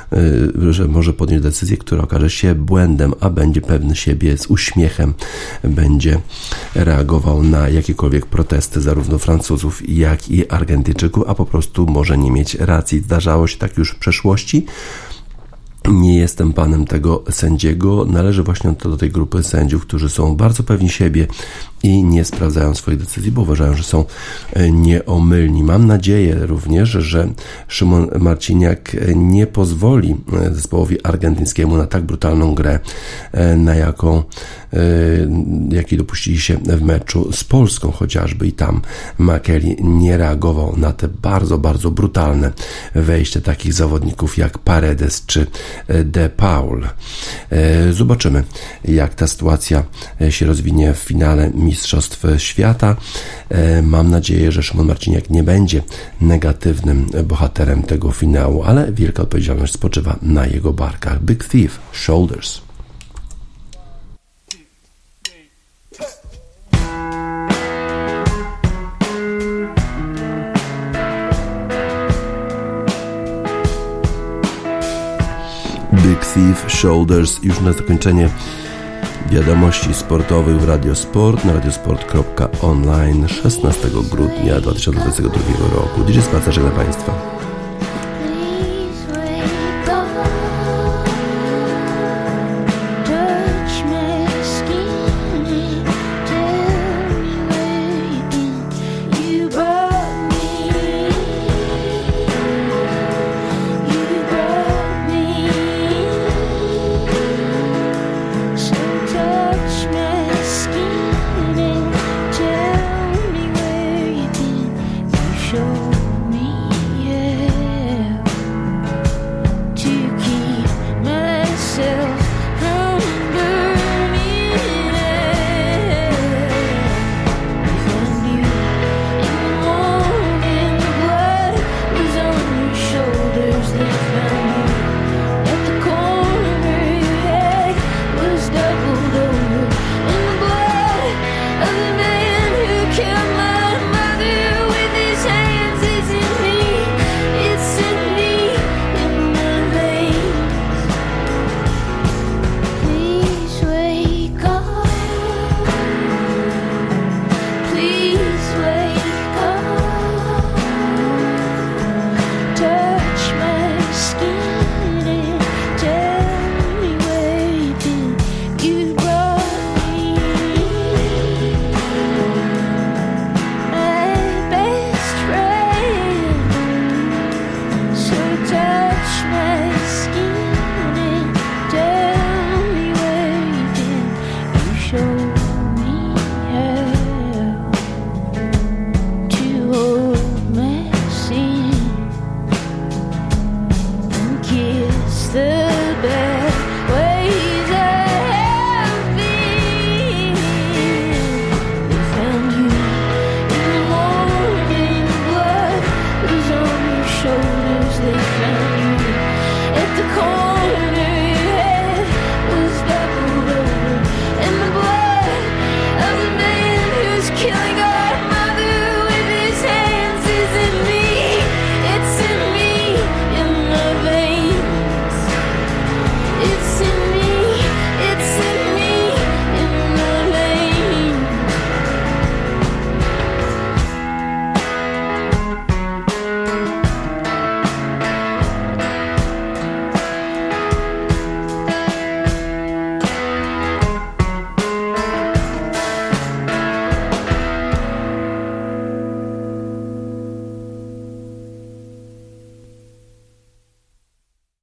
że może podjąć decyzję, która okaże się błędem, a będzie pewny siebie, z uśmiechem będzie reagował na jakiekolwiek protesty zarówno Francuzów, jak i Argentyńczyków, a po prostu może nie mieć racji. Zdarzało się tak już w przeszłości. Nie jestem panem tego sędziego. Należy właśnie do tej grupy sędziów, którzy są bardzo pewni siebie i nie sprawdzają swoich decyzji, bo uważają, że są nieomylni. Mam nadzieję również, że Szymon Marciniak nie pozwoli zespołowi argentyńskiemu na tak brutalną grę, na jaką jakiej dopuścili się w meczu z Polską chociażby, i tam Makeli nie reagował na te bardzo, bardzo brutalne wejście takich zawodników jak Paredes czy De Paul. Zobaczymy, jak ta sytuacja się rozwinie w finale Mistrzostw Świata. Mam nadzieję, że Szymon Marciniak nie będzie negatywnym bohaterem tego finału, ale wielka odpowiedzialność spoczywa na jego barkach. Big Thief, Shoulders. Big Thief, Shoulders. Już na zakończenie wiadomości sportowych w Radio Sport na radiosport kropka online szesnastego grudnia dwa tysiące dwudziestego drugiego roku. Dzisiaj spacer, żegna Państwa.